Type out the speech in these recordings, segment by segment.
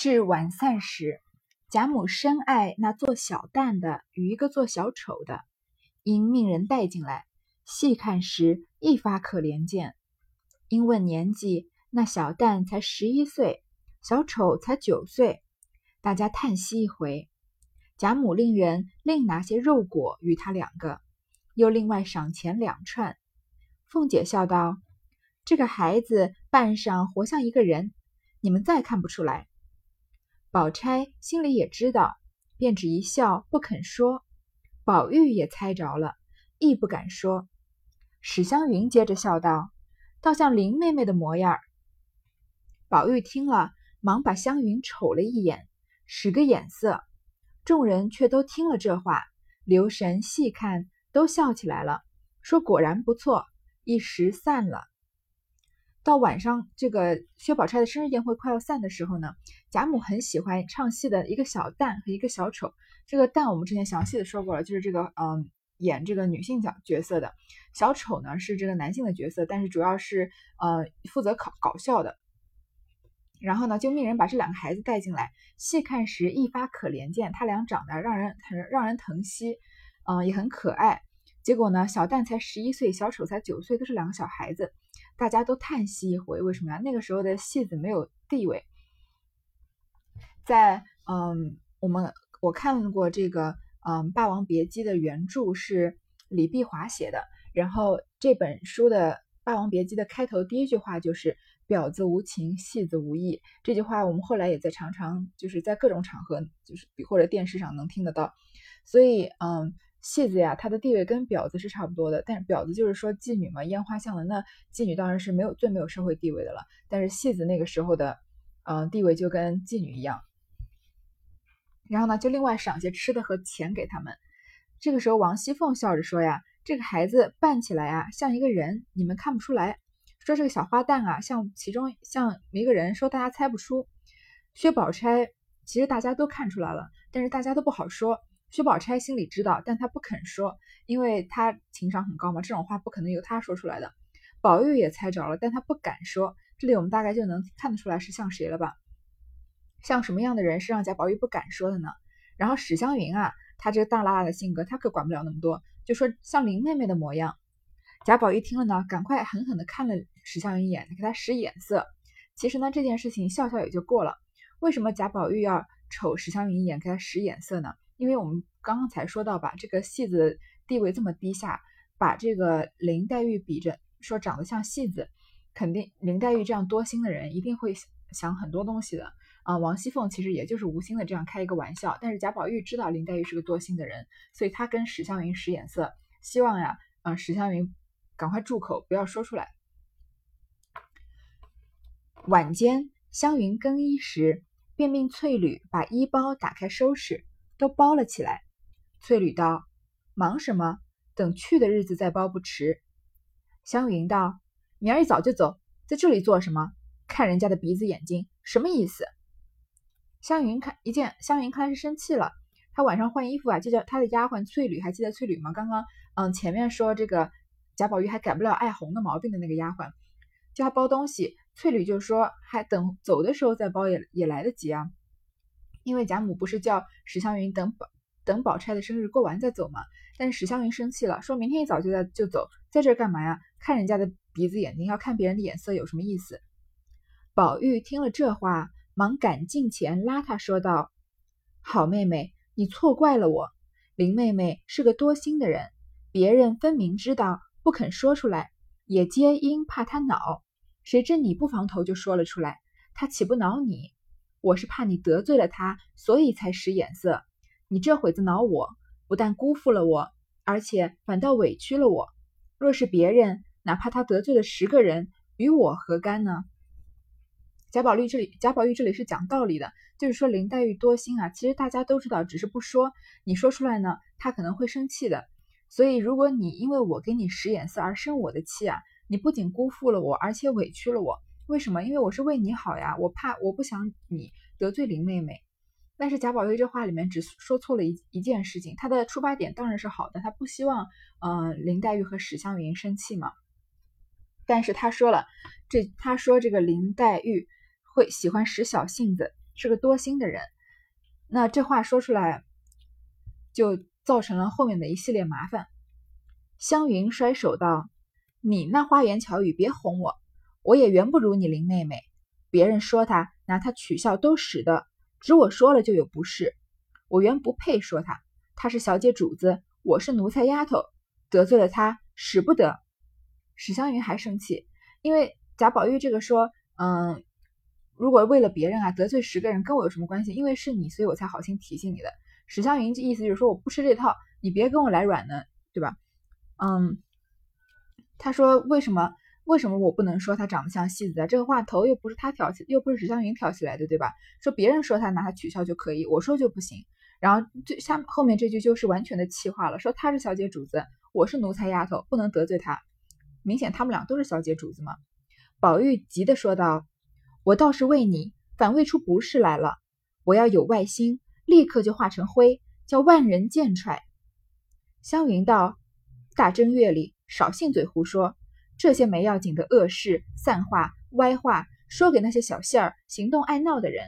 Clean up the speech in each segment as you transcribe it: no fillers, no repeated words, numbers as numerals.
至晚散时，贾母深爱那做小旦的与一个做小丑的，因命人带进来，细看时一发可怜见。因问年纪，那小旦才11岁，小丑才9岁，大家叹息一回。贾母令人另拿些肉果与他2个，又另外赏钱2串。凤姐笑道：“这个孩子扮上活像一个人，你们再看不出来。”宝钗心里也知道，便只一笑不肯说。宝玉也猜着了，亦不敢说。史湘云接着笑道：“倒像林妹妹的模样。”宝玉听了，忙把湘云瞅了一眼，使个眼色。众人却都听了这话，留神细看，都笑起来了，说果然不错，一时散了。到晚上，这个薛宝钗的生日宴会快要散的时候呢，贾母很喜欢唱戏的一个小旦和一个小丑。这个旦我们之前详细的说过了，就是这个演这个女性角色的。小丑呢是这个男性的角色，但是主要是负责搞笑的。然后呢，就命人把这2个孩子带进来，细看时一发可怜见，他俩长得让人疼惜，也很可爱。结果呢，小旦才11岁，小丑才9岁，都是2个小孩子，大家都叹息一回。为什么呀？那个时候的戏子没有地位。在我看过这个霸王别姬》的原著是李碧华写的，然后这本书的霸王别姬的开头第一句话就是婊子无情，戏子无义。这句话我们后来也在常常就是在各种场合，就是或者电视上能听得到。所以戏子呀，她的地位跟婊子是差不多的，但是婊子就是说妓女嘛，烟花巷的，那妓女当然是最没有社会地位的了。但是戏子那个时候的地位就跟妓女一样。然后呢，就另外赏些吃的和钱给他们。这个时候王熙凤笑着说呀：“这个孩子扮起来啊像一个人，你们看不出来；说这个小花旦啊像一个人，说大家猜不出。”薛宝钗其实大家都看出来了，但是大家都不好说。薛宝钗心里知道，但她不肯说，因为她情商很高嘛，这种话不可能由她说出来的。宝玉也猜着了，但他不敢说。这里我们大概就能看得出来是像谁了吧？像什么样的人是让贾宝玉不敢说的呢？然后史湘云啊，她这个大喇喇的性格，她可管不了那么多，就说像林妹妹的模样。贾宝玉听了呢，赶快狠狠地看了史湘云一眼，给她使眼色。其实呢，这件事情笑笑也就过了。为什么贾宝玉要瞅史湘云一眼，给她使眼色呢？因为我们刚刚才说到吧，这个戏子地位这么低下，把这个林黛玉比着说长得像戏子，肯定林黛玉这样多心的人一定会想很多东西的。王熙凤其实也就是无心的这样开一个玩笑，但是贾宝玉知道林黛玉是个多心的人，所以他跟史湘云使眼色，希望呀，史湘云赶快住口，不要说出来。晚间，湘云更衣时，便命翠缕把衣包打开收拾，都包了起来。翠缕道：“忙什么？等去的日子再包不迟。”湘云道：“明儿一早就走，在这里做什么？看人家的鼻子眼睛，什么意思？”湘云看来是生气了。她晚上换衣服啊，就叫她的丫鬟翠缕，还记得翠缕吗？刚刚前面说这个贾宝玉还改不了爱红的毛病的那个丫鬟，叫她包东西，翠缕就说还等走的时候再包也来得及啊。因为贾母不是叫史湘云等宝钗的生日过完再走嘛，但是史湘云生气了，说明天一早就走，在这干嘛呀？看人家的鼻子眼睛，要看别人的眼色有什么意思？宝玉听了这话，忙赶近前拉她说道：“好妹妹，你错怪了我。林妹妹是个多心的人，别人分明知道不肯说出来，也皆因怕她恼。谁知你不防头就说了出来，她岂不恼你？我是怕你得罪了她，所以才使眼色。你这会子恼我，不但辜负了我，而且反倒委屈了我。若是别人，哪怕他得罪了10个人，与我何干呢？”贾宝玉这里是讲道理的，就是说林黛玉多心啊，其实大家都知道，只是不说。你说出来呢，她可能会生气的。所以如果你因为我给你使眼色而生我的气啊，你不仅辜负了我，而且委屈了我。为什么？因为我是为你好呀，我不想你得罪林妹妹。但是贾宝玉这话里面只说错了一件事情，他的出发点当然是好的，他不希望林黛玉和史湘云生气嘛。但是他说这个林黛玉会喜欢使小性子， 是个多心的人。那这话说出来，就造成了后面的一系列麻烦。湘云摔手道：“你那花言巧语别哄我，我也原不如你林妹妹。别人说她拿她取笑都使的，只我说了就有不是。我原不配说她，她是小姐主子，我是奴才丫头，得罪了她使不得。”史湘云还生气，因为贾宝玉这个说，如果为了别人得罪10个人跟我有什么关系？因为是你，所以我才好心提醒你的。史湘云这意思就是说我不吃这套，你别跟我来软的，对吧？他说为什么我不能说他长得像戏子啊？这个话头又不是他挑起，又不是史湘云挑起来的，对吧？说别人说他拿他取笑就可以，我说就不行。然后后面这句就是完全的气话了，说他是小姐主子，我是奴才丫头，不能得罪他。明显他们俩都是小姐主子嘛。宝玉急地说道：“我倒是为你，反为出不是来了。我要有外心，立刻就化成灰，叫万人见揣。”湘云道：“大正月里少信嘴胡说，这些没要紧的恶事、散话、歪话，说给那些小戏儿、行动爱闹的人，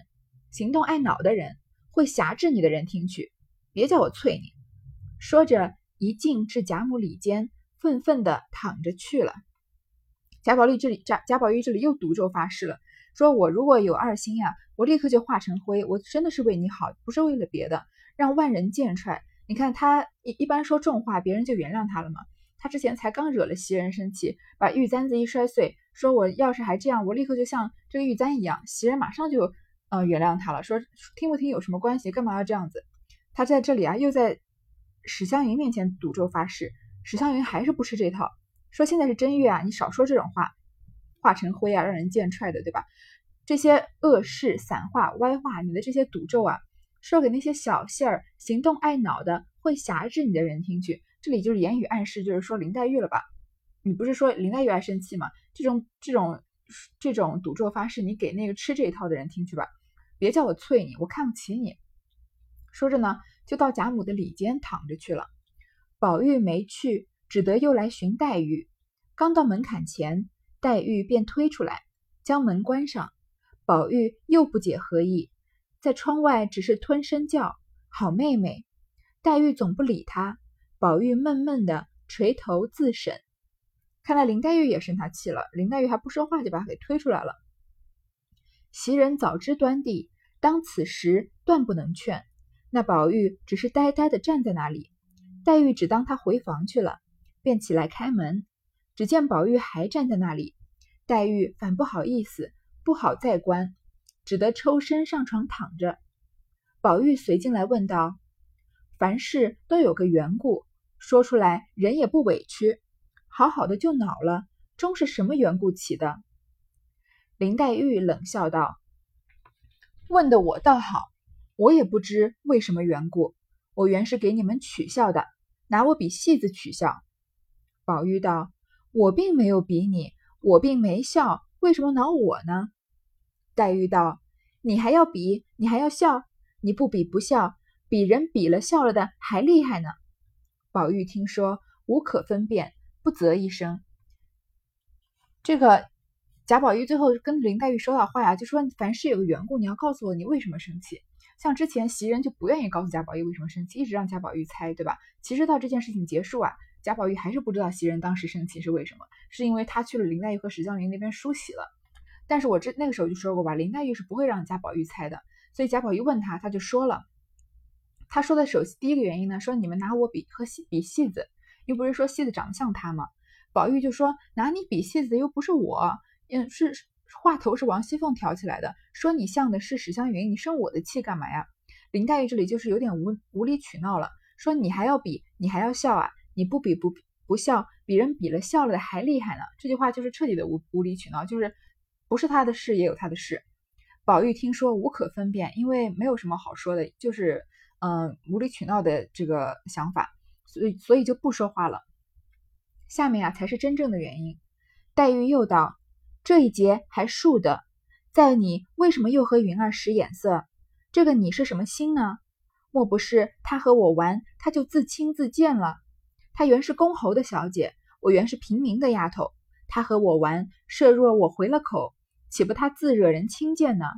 会辖制你的人听去，别叫我啐你。”说着一进至贾母里间，愤愤地躺着去了。贾宝玉这里又赌咒发誓了，说我如果有二心我立刻就化成灰，我真的是为你好，不是为了别的，让万人见揣。你看他一般说重话，别人就原谅他了嘛。他之前才刚惹了袭人生气，把玉簪子一摔碎，说我要是还这样，我立刻就像这个玉簪一样，袭人马上就原谅他了，说听不听有什么关系，干嘛要这样子？他在这里又在史湘云面前赌咒发誓，史湘云还是不吃这套，说现在是正月你少说这种话，化成灰让人见揣的，对吧？这些恶事、散话、歪话，你的这些赌咒说给那些小戏儿、行动爱恼的、会辖制你的人听去。这里就是言语暗示，就是说林黛玉了吧？你不是说林黛玉爱生气吗？这种赌咒发誓，你给那个吃这一套的人听去吧，别叫我啐你，我看不起你。说着呢，就到贾母的里间躺着去了。宝玉没去，只得又来寻黛玉。刚到门槛前，黛玉便推出来，将门关上。宝玉又不解何意，在窗外只是吞声叫：“好妹妹。”黛玉总不理他，宝玉闷闷的垂头自审。看来林黛玉也生他气了，林黛玉还不说话就把他给推出来了。袭人早知端地，当此时断不能劝，那宝玉只是呆呆的站在那里。黛玉只当他回房去了，便起来开门，只见宝玉还站在那里，黛玉反不好意思，不好再关，只得抽身上床躺着。宝玉随进来问道：“凡事都有个缘故，说出来人也不委屈，好好的就恼了，终是什么缘故起的？”林黛玉冷笑道：“问的我倒好，我也不知为什么缘故，我原是给你们取笑的，拿我比戏子取笑。”宝玉道：“我并没有比你，我并没笑，为什么恼我呢？”黛玉道：“你还要比，你还要笑，你不比不笑，比人比了笑了的还厉害呢。”宝玉听说，无可分辨，不啧一声。这个贾宝玉最后跟林黛玉说到话就说凡事有个缘故，你要告诉我你为什么生气。像之前袭人就不愿意告诉贾宝玉为什么生气，一直让贾宝玉猜，对吧？其实到这件事情结束贾宝玉还是不知道袭人当时生气是为什么，是因为他去了林黛玉和史湘云那边梳洗了。但是我那个时候就说过吧，林黛玉是不会让贾宝玉猜的，所以贾宝玉问他就说了。他说的第一个原因呢，说你们拿我比戏子，又不是说戏子长得像他吗？宝玉就说拿你比戏子又不是我，是话头是王熙凤挑起来的，说你像的是史湘云，你生我的气干嘛呀？林黛玉这里就是有点无理取闹了，说你还要比，你还要笑你不比不笑，比人比了笑了的还厉害呢。这句话就是彻底的无理取闹，就是不是他的事也有他的事。宝玉听说无可分辨，因为没有什么好说的，就是无理取闹的这个想法，所以就不说话了。下面才是真正的原因。黛玉又道：“这一节还数的，在你为什么又和云儿使眼色？这个你是什么心呢？莫不是他和我玩，他就自轻自贱了？他原是公侯的小姐，我原是平民的丫头，他和我玩，设若我回了口，岂不他自惹人轻贱呢？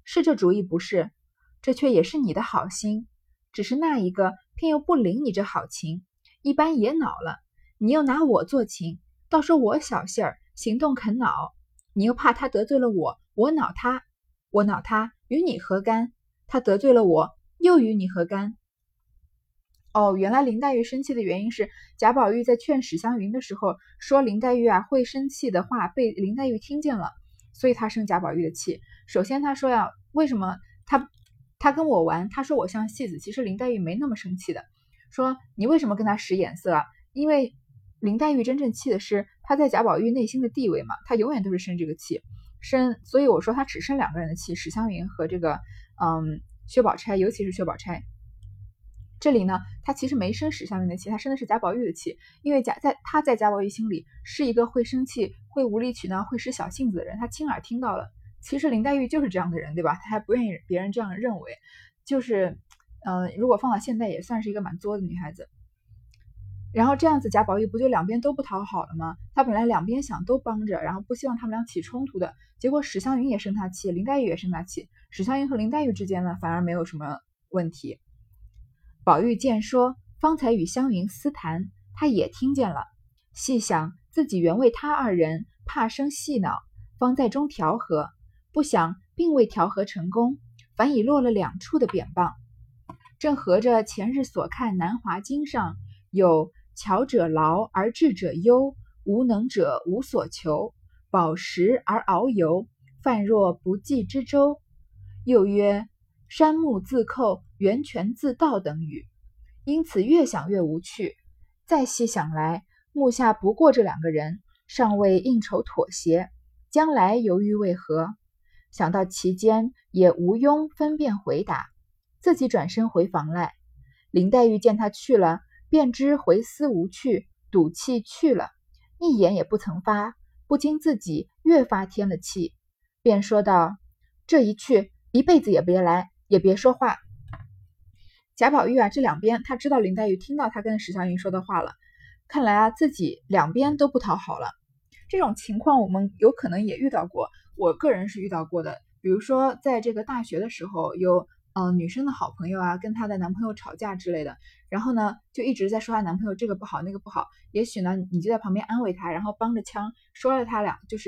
是这主意不是？这却也是你的好心，只是那一个偏又不领你这好情，一般也恼了。你又拿我做情，倒说我小性儿，行动肯恼。你又怕他得罪了我，我恼他，与你何干？他得罪了我，又与你何干？原来林黛玉生气的原因是贾宝玉在劝史湘云的时候说林黛玉会生气的话被林黛玉听见了，所以他生贾宝玉的气。首先他说为什么他跟我玩，他说我像戏子，其实林黛玉没那么生气的，说你为什么跟他使眼色啊？因为林黛玉真正气的是她在贾宝玉内心的地位嘛，她永远都是生这个气，所以我说她只生2个人的气，史湘云和这个薛宝钗，尤其是薛宝钗。这里呢，他其实没生史湘云的气，他生的是贾宝玉的气，因为他在贾宝玉心里是一个会生气、会无理取闹、会使小性子的人，他亲耳听到了。其实林黛玉就是这样的人，对吧？他还不愿意别人这样认为，就是如果放到现在也算是一个蛮作的女孩子。然后这样子贾宝玉不就两边都不讨好了吗？他本来两边想都帮着，然后不希望他们俩起冲突的，结果史湘云也生他气，林黛玉也生他气，史湘云和林黛玉之间呢反而没有什么问题。宝玉见说，方才与湘云私谈，他也听见了，细想自己原为他2人怕生细恼，方在中调和，不想并未调和成功，反已落了2处的扁棒。正合着前日所看《南华经》上有巧者劳而智者忧，无能者无所求，饱食而遨游，泛若不济之舟。又曰山木自寇，源泉自盗等语，因此越想越无趣。再细想来，目下不过这2个人，尚未应酬妥协，将来犹豫为何？想到其间也无庸分辨回答，自己转身回房来。林黛玉见他去了，便知回思无趣，赌气去了，一言也不曾发，不禁自己越发添了气，便说道：这一去，一辈子也别来，也别说话。贾宝玉这两边他知道林黛玉听到他跟史湘云说的话了，看来自己两边都不讨好了。这种情况我们有可能也遇到过，我个人是遇到过的。比如说在这个大学的时候，有女生的好朋友跟她的男朋友吵架之类的，然后呢就一直在说她男朋友这个不好那个不好，也许呢你就在旁边安慰她，然后帮着腔说了她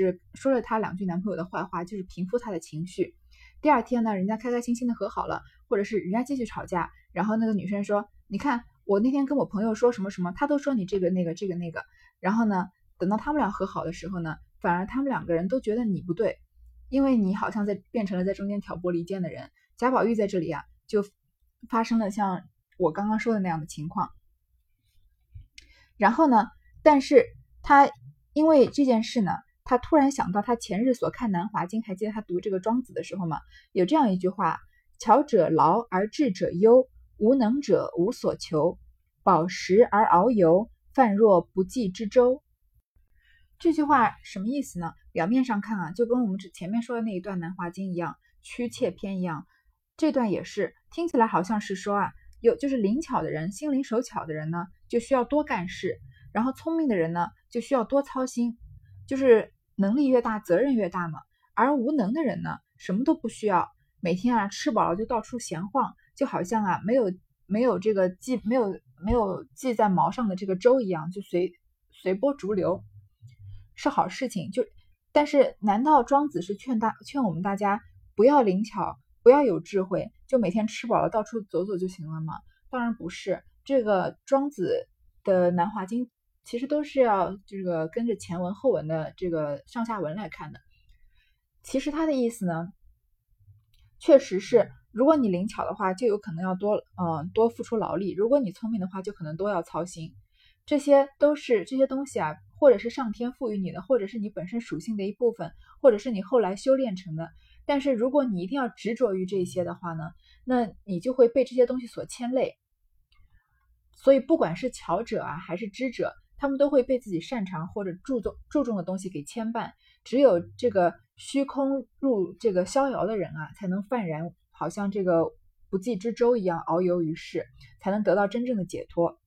2句男朋友的坏话，就是平复她的情绪。第二天呢，人家开开心心的和好了，或者是人家继续吵架，然后那个女生说，你看我那天跟我朋友说什么什么，他都说你这个那个，然后呢等到他们俩和好的时候呢，反而他们2个人都觉得你不对，因为你好像变成了在中间挑拨离间的人。贾宝玉在这里就发生了像我刚刚说的那样的情况。然后呢，但是他因为这件事呢，他突然想到他前日所看《南华经》，还记得他读这个庄子的时候吗？有这样一句话：巧者劳而智者忧，无能者无所求，饱食而遨游，泛若不济之舟。这句话什么意思呢？表面上看就跟我们前面说的那一段《南华经》一样，曲切篇一样。这段也是听起来好像是说就是灵巧的人，心灵手巧的人呢，就需要多干事，然后聪明的人呢，就需要多操心，就是能力越大，责任越大嘛。而无能的人呢，什么都不需要，每天吃饱了就到处闲晃，就好像没有这个没有系在毛上的这个舟一样，就随波逐流，是好事情。但是难道庄子是劝我们大家不要灵巧，不要有智慧，就每天吃饱了到处走走就行了吗？当然不是。这个庄子的《南华经》其实都是要这个跟着前文后文的这个上下文来看的。其实他的意思呢，确实是如果你灵巧的话，就有可能要多付出劳力；如果你聪明的话，就可能多要操心。这些东西或者是上天赋予你的，或者是你本身属性的一部分，或者是你后来修炼成的。但是如果你一定要执着于这些的话呢，那你就会被这些东西所牵累。所以不管是巧者还是知者，他们都会被自己擅长或者注重的东西给牵绊。只有这个虚空入这个逍遥的人才能泛然好像这个不济之舟一样遨游于世，才能得到真正的解脱。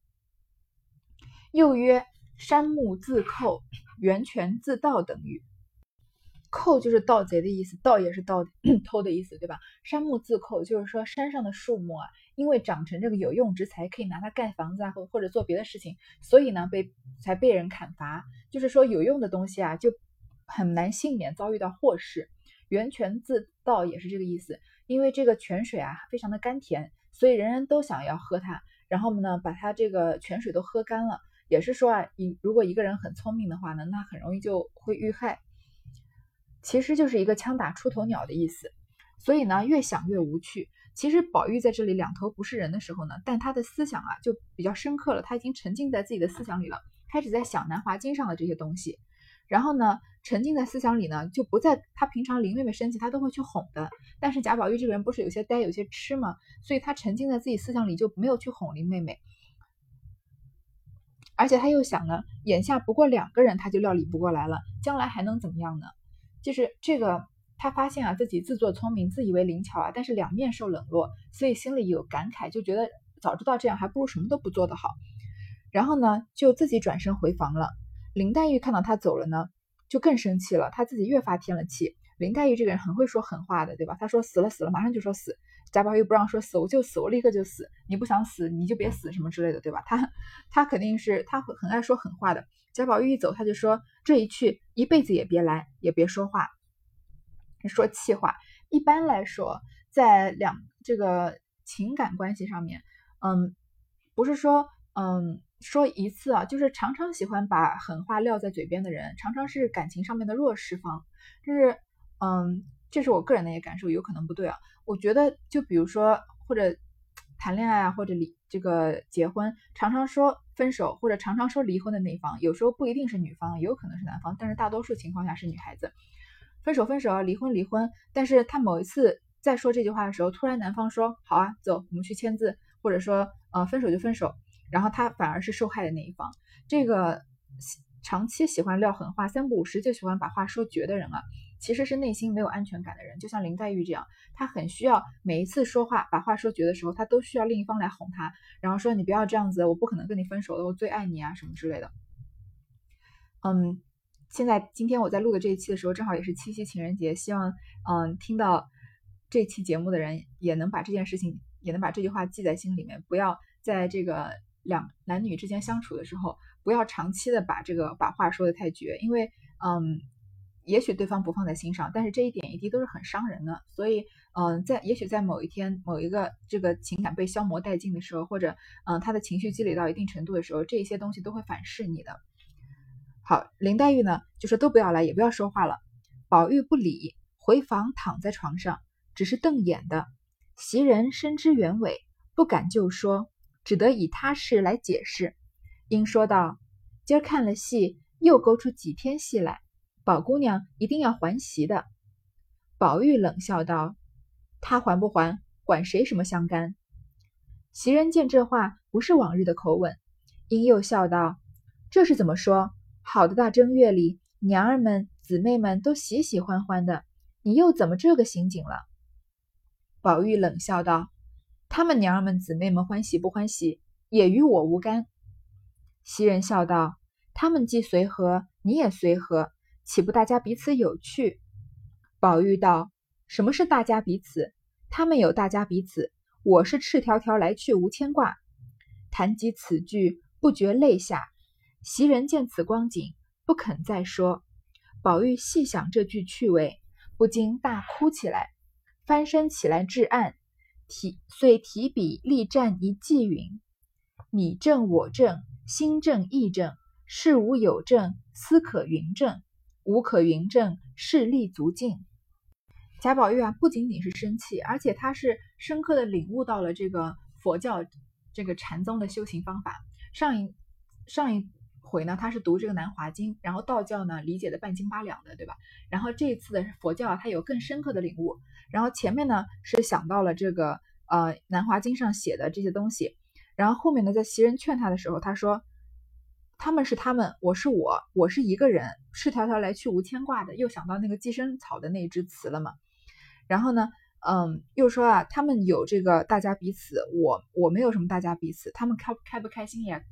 又曰山木自寇，源泉自盗等语。 寇就是盗贼的意思，盗也是盗偷的意思，对吧？山木自寇就是说山上的树木啊，因为长成这个有用之材，可以拿它盖房子啊，或者做别的事情，所以呢才被人砍伐。就是说有用的东西啊，就很难幸免遭遇到祸事。源泉自盗也是这个意思，因为这个泉水啊非常的甘甜，所以人人都想要喝它，然后呢把它这个泉水都喝干了。也是说啊，如果一个人很聪明的话呢，那很容易就会遇害。其实就是一个枪打出头鸟的意思，所以呢越想越无趣。其实宝玉在这里两头不是人的时候呢，但他的思想啊就比较深刻了，他已经沉浸在自己的思想里了，开始在想南华经上的这些东西。然后呢沉浸在思想里呢，就不在他平常林妹妹生气他都会去哄的，但是贾宝玉这个人不是有些呆有些痴吗？所以他沉浸在自己思想里就没有去哄林妹妹。而且他又想呢，眼下不过2个人他就料理不过来了，将来还能怎么样呢？就是这个他发现啊自己自作聪明自以为灵巧啊，但是两面受冷落，所以心里有感慨，就觉得早知道这样还不如什么都不做的好。然后呢就自己转身回房了。林黛玉看到他走了呢就更生气了，他自己越发添了气。林黛玉这个人很会说狠话的，对吧？他说死了死了马上就说死，贾宝玉不让说死我就死，我立刻就死，你不想死你就别死什么之类的，对吧？他肯定是他很爱说狠话的。贾宝玉一走他就说这一去一辈子也别来也别说话，说气话。一般来说在这个情感关系上面，不是说说一次啊，就是常常喜欢把狠话撂在嘴边的人，常常是感情上面的弱势方。就是这是我个人的一个感受，有可能不对啊。我觉得就比如说或者谈恋爱啊，或者这个结婚，常常说分手或者常常说离婚的那一方，有时候不一定是女方，也有可能是男方，但是大多数情况下是女孩子。分手分手啊，离婚离婚，但是他某一次在说这句话的时候，突然男方说好啊，走，我们去签字，或者说分手就分手，然后他反而是受害的那一方。这个长期喜欢撂狠话，3不5时就喜欢把话说绝的人啊，其实是内心没有安全感的人。就像林黛玉这样，她很需要每一次说话把话说绝的时候，她都需要另一方来哄她，然后说你不要这样子，我不可能跟你分手的，我最爱你啊什么之类的。今天我在录的这一期的时候，正好也是7夕情人节，希望听到这期节目的人也能把这件事情，也能把这句话记在心里面，不要在这个男女之间相处的时候，不要长期的把话说的太绝，因为也许对方不放在心上，但是这一点一滴都是很伤人的。所以也许在某一天某一个这个情感被消磨殆尽的时候，或者他的情绪积累到一定程度的时候，这些东西都会反噬你的。好，林黛玉呢就说都不要来，也不要说话了。宝玉不理，回房躺在床上，只是瞪眼的。袭人深知原委，不敢就说，只得以他事来解释。因说道：今儿看了戏，又勾出几篇戏来，宝姑娘一定要还席的。宝玉冷笑道：他还不还，管谁什么相干？袭人见这话不是往日的口吻，因又笑道：这是怎么说？好的大正月里，娘儿们姊妹们都喜喜欢欢的，你又怎么这个刑警了？宝玉冷笑道：他们娘儿们姊妹们欢喜不欢喜，也与我无干。袭人笑道：他们既随和，你也随和，岂不大家彼此有趣？宝玉道：什么是大家彼此？他们有大家彼此，我是赤条条来去无牵挂。谈及此句，不觉泪下。袭人见此光景，不肯再说。宝玉细想这句趣味，不禁大哭起来，翻身起来至案，遂提笔立蘸一记云：你正我正，心正意正，事无有正，思可云正，无可云正，事力足尽。贾宝玉啊，不仅仅是生气，而且他是深刻的领悟到了这个佛教这个禅宗的修行方法。上一回呢，他是读这个南华经，然后道教呢理解的半斤八两的，对吧？然后这一次的佛教他有更深刻的领悟。然后前面呢是想到了这个南华经上写的这些东西，然后后面呢在袭人劝他的时候，他说他们是他们，我是我，我是一个人，赤条条来去无牵挂的，又想到那个寄生草的那一支词了嘛。然后呢又说他们有这个大家彼此，我没有什么大家彼此，他们开不开心也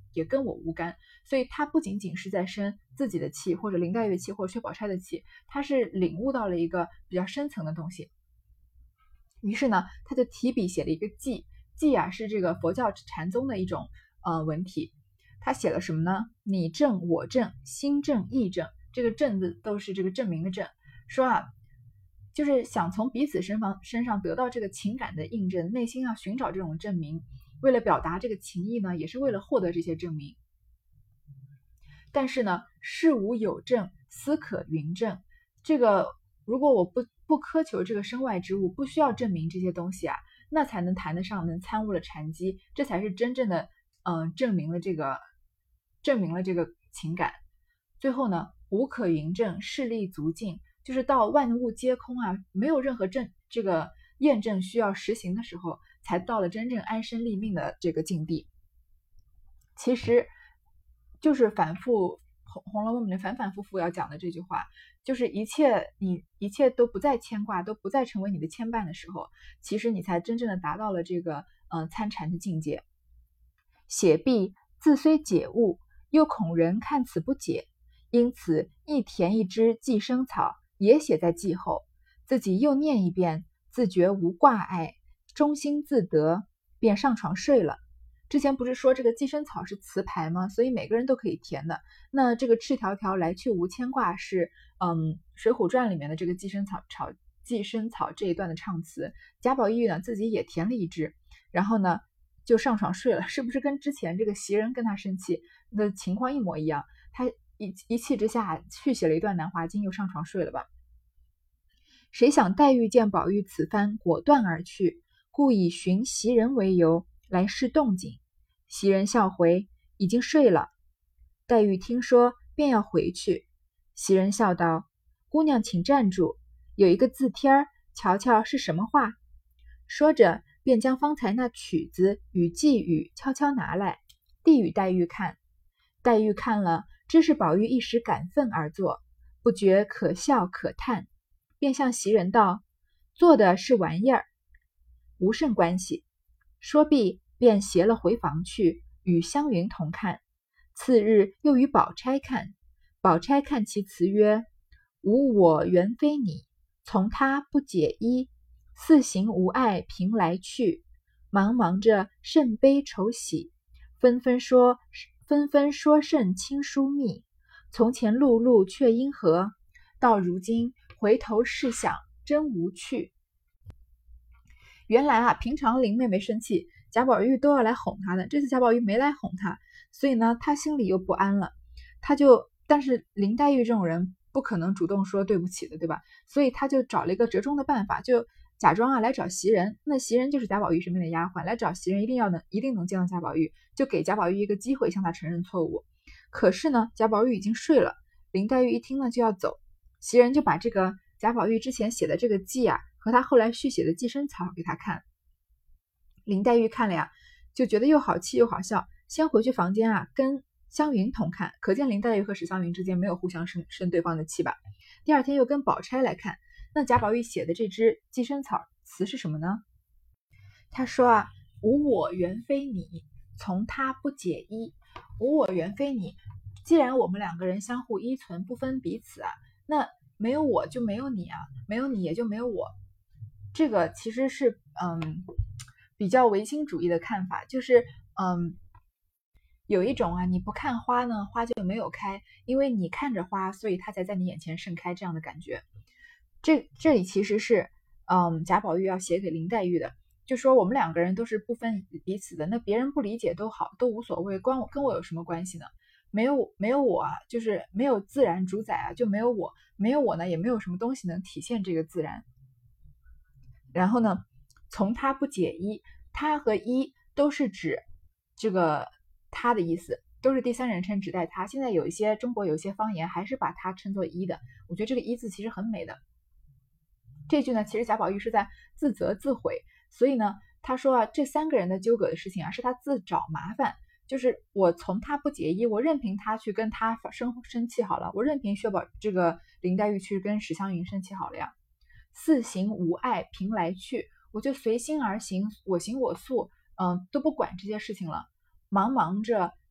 也跟我无干。所以他不仅仅是在生自己的气，或者林黛玉的气，或者薛宝钗的气，他是领悟到了一个比较深层的东西。于是呢，他就提笔写了一个偈，偈啊是这个佛教禅宗的一种文体。他写了什么呢？你正我正，心正意正，这个正字都是这个证明的正。说啊，就是想从彼此身上得到这个情感的印证，内心要寻找这种证明。为了表达这个情意呢，也是为了获得这些证明。但是呢，事无有证，斯可云证。这个如果我不苛求这个身外之物，不需要证明这些东西啊，那才能谈得上能参悟了禅机，这才是真正的证明了这个情感。最后呢，无可云证，事力足尽，就是到万物皆空啊，没有任何这个验证需要实行的时候，才到了真正安身立命的这个境地。其实就是红楼梦里面反反复复要讲的这句话，就是一切都不再牵挂，都不再成为你的牵绊的时候，其实你才真正的达到了这个参禅的境界。写毕，自虽解悟，又恐人看此不解，因此一填一枝寄生草也写在记后，自己又念一遍，自觉无挂碍，中心自得，便上床睡了。之前不是说这个寄生草是词牌吗？所以每个人都可以填的。那这个赤条条来去无牵挂是水浒传里面的这个寄生草这一段的唱词。贾宝玉呢自己也填了一支，然后呢就上床睡了。是不是跟之前这个袭人跟他生气的情况一模一样？他一气之下续写了一段南华经，又上床睡了吧。谁想黛玉见宝玉此番果断而去，故以寻袭人为由来试动静。袭人笑回，已经睡了。黛玉听说，便要回去。袭人笑道：姑娘请站住，有一个字帖儿，瞧瞧是什么话。说着便将方才那曲子与寄语悄悄拿来，递与黛玉看。黛玉看了，知是宝玉一时感愤而作，不觉可笑可叹，便向袭人道：做的是玩意儿，无甚关系。说毕，便携了回房去，与湘云同看。次日又与宝钗看，宝钗看其词曰：无我原非你，从他不解衣，四行无碍凭来去，茫茫着甚悲愁喜，纷纷说甚亲疏密，从前碌碌却因何，到如今回头试想真无趣。原来啊，平常林妹妹生气，贾宝玉都要来哄她的，这次贾宝玉没来哄她，所以呢，她心里又不安了。但是林黛玉这种人不可能主动说对不起的，对吧？所以她就找了一个折中的办法，就假装来找袭人。那袭人就是贾宝玉身边的丫鬟，来找袭人一定能见到贾宝玉，就给贾宝玉一个机会向他承认错误。可是呢，贾宝玉已经睡了，林黛玉一听呢就要走，袭人就把这个贾宝玉之前写的这个记啊，和他后来续写的寄生草给他看。林黛玉看了呀，就觉得又好气又好笑，先回去房间啊，跟湘云同看，可见林黛玉和史湘云之间没有互相生对方的气吧。第二天又跟宝钗来看，那贾宝玉写的这支寄生草词是什么呢？他说啊，无我原非你，从他不解衣。无我原非你，既然我们两个人相互依存，不分彼此啊，那没有我就没有你啊，没有你也就没有我。这个其实是比较唯心主义的看法，就是有一种啊，你不看花呢，花就没有开，因为你看着花，所以它才在你眼前盛开，这样的感觉。这里其实是贾宝玉要写给林黛玉的，就说我们两个人都是不分彼此的，那别人不理解都好，都无所谓，跟我有什么关系呢？没有我啊，就是没有自然主宰啊，就没有我，没有我呢，也没有什么东西能体现这个自然。然后呢，从他不解衣，他和衣都是指这个他的意思，都是第三人称指代他。现在中国有一些方言还是把它称作衣的，我觉得这个衣字其实很美的。这句呢，其实贾宝玉是在自责自悔，所以呢，他说啊，这三个人的纠葛的事情啊，是他自找麻烦。就是我从他不解衣，我任凭他去跟他生气好了，我任凭这个林黛玉去跟史湘云生气好了呀。四行无碍凭来去，我就随心而行，我行我素，都不管这些事情了。茫茫着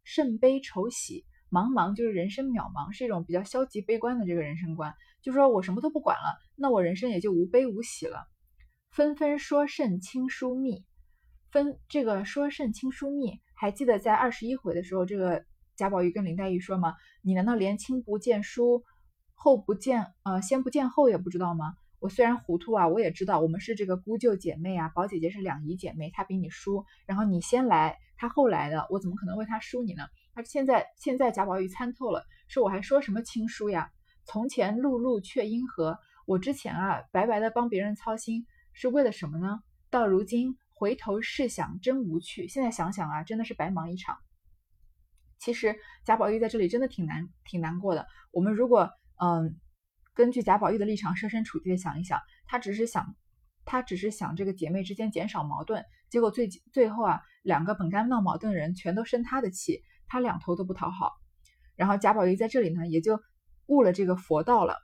甚悲愁喜，茫茫就是人生渺茫，是一种比较消极悲观的这个人生观，就说我什么都不管了，那我人生也就无悲无喜了。纷纷说甚亲疏密，这个说甚亲疏密，还记得在21回的时候，这个贾宝玉跟林黛玉说吗？你难道连亲不见疏，先不见后也不知道吗？我虽然糊涂啊，我也知道我们是这个姑舅姐妹啊，宝姐姐是两姨姐妹，她比你疏，然后你先来，她后来的，我怎么可能为她疏你呢？现在贾宝玉参透了，说我还说什么亲疏呀？从前碌碌却因何？我之前啊白白的帮别人操心，是为了什么呢？到如今回头试想，真无趣。现在想想啊，真的是白忙一场。其实贾宝玉在这里真的挺难过的。我们如果根据贾宝玉的立场设身处地的想一想，他只是想这个姐妹之间减少矛盾，结果最后啊，两个本该闹矛盾的人全都生他的气，他两头都不讨好。然后贾宝玉在这里呢，也就悟了这个佛道了。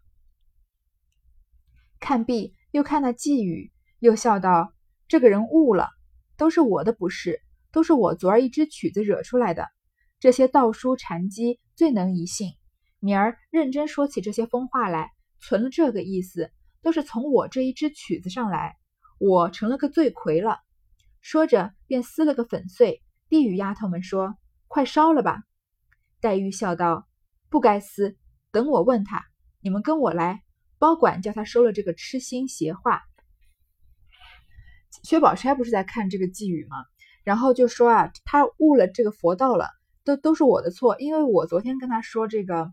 看毕，又看那寄语，又笑道：“这个人悟了，都是我的不是，都是我昨儿一支曲子惹出来的。这些道书禅机最能疑信，明儿认真说起这些疯话来，存了这个意思，都是从我这一支曲子上来，我成了个罪魁了。”说着便撕了个粉碎，递与丫头们说：“快烧了吧。”黛玉笑道：“不该撕，等我问他，你们跟我来，包管叫他收了这个痴心邪话。”薛宝钗不是在看这个寄语吗？然后就说啊，他悟了这个佛道了，都是我的错，因为我昨天跟他说这个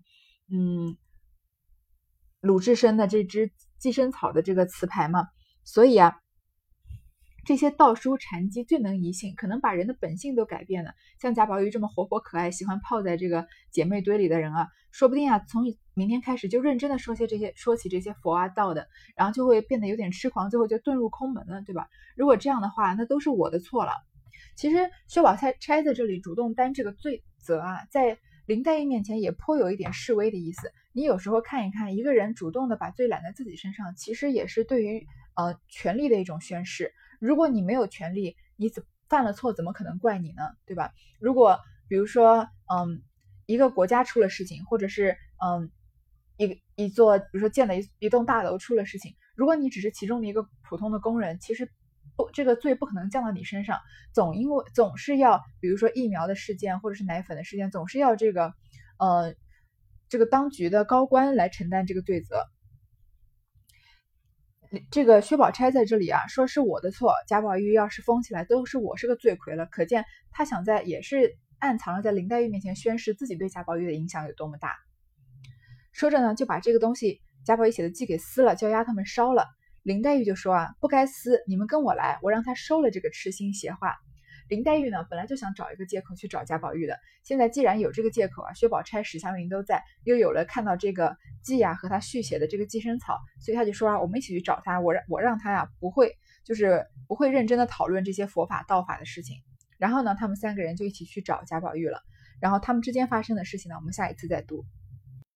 鲁智深的这支寄生草的这个词牌嘛，所以啊，这些道书禅机最能疑信，可能把人的本性都改变了。像贾宝玉这么活泼可爱，喜欢泡在这个姐妹堆里的人啊，说不定啊，从明天开始就认真的说起这些佛啊道的，然后就会变得有点痴狂，最后就遁入空门了，对吧？如果这样的话，那都是我的错了。其实薛宝钗在这里主动担这个罪责啊，在林黛玉面前也颇有一点示威的意思。你有时候看一看，一个人主动的把罪揽在自己身上，其实也是对于权力的一种宣示。如果你没有权利，你犯了错怎么可能怪你呢？对吧？如果比如说一个国家出了事情，或者是一座比如说建了一栋大楼出了事情，如果你只是其中的一个普通的工人，其实这个罪不可能降到你身上，总是要比如说疫苗的事件或者是奶粉的事件，总是要这个当局的高官来承担这个罪责。这个薛宝钗在这里啊，说是我的错，贾宝玉要是疯起来，都是我是个罪魁了。可见他想也是暗藏了在林黛玉面前宣示自己对贾宝玉的影响有多么大。说着呢，就把这个东西贾宝玉写的记给撕了，叫丫头们烧了。林黛玉就说啊，不该撕，你们跟我来，我让他收了这个痴心邪话。林黛玉呢，本来就想找一个借口去找贾宝玉的，现在既然有这个借口啊，薛宝钗、史湘云都在，又有了看到这个记啊和他续写的这个寄生草，所以他就说啊，我们一起去找他，我让他呀不会认真的讨论这些佛法道法的事情。然后呢，他们三个人就一起去找贾宝玉了。然后他们之间发生的事情呢，我们下一次再读。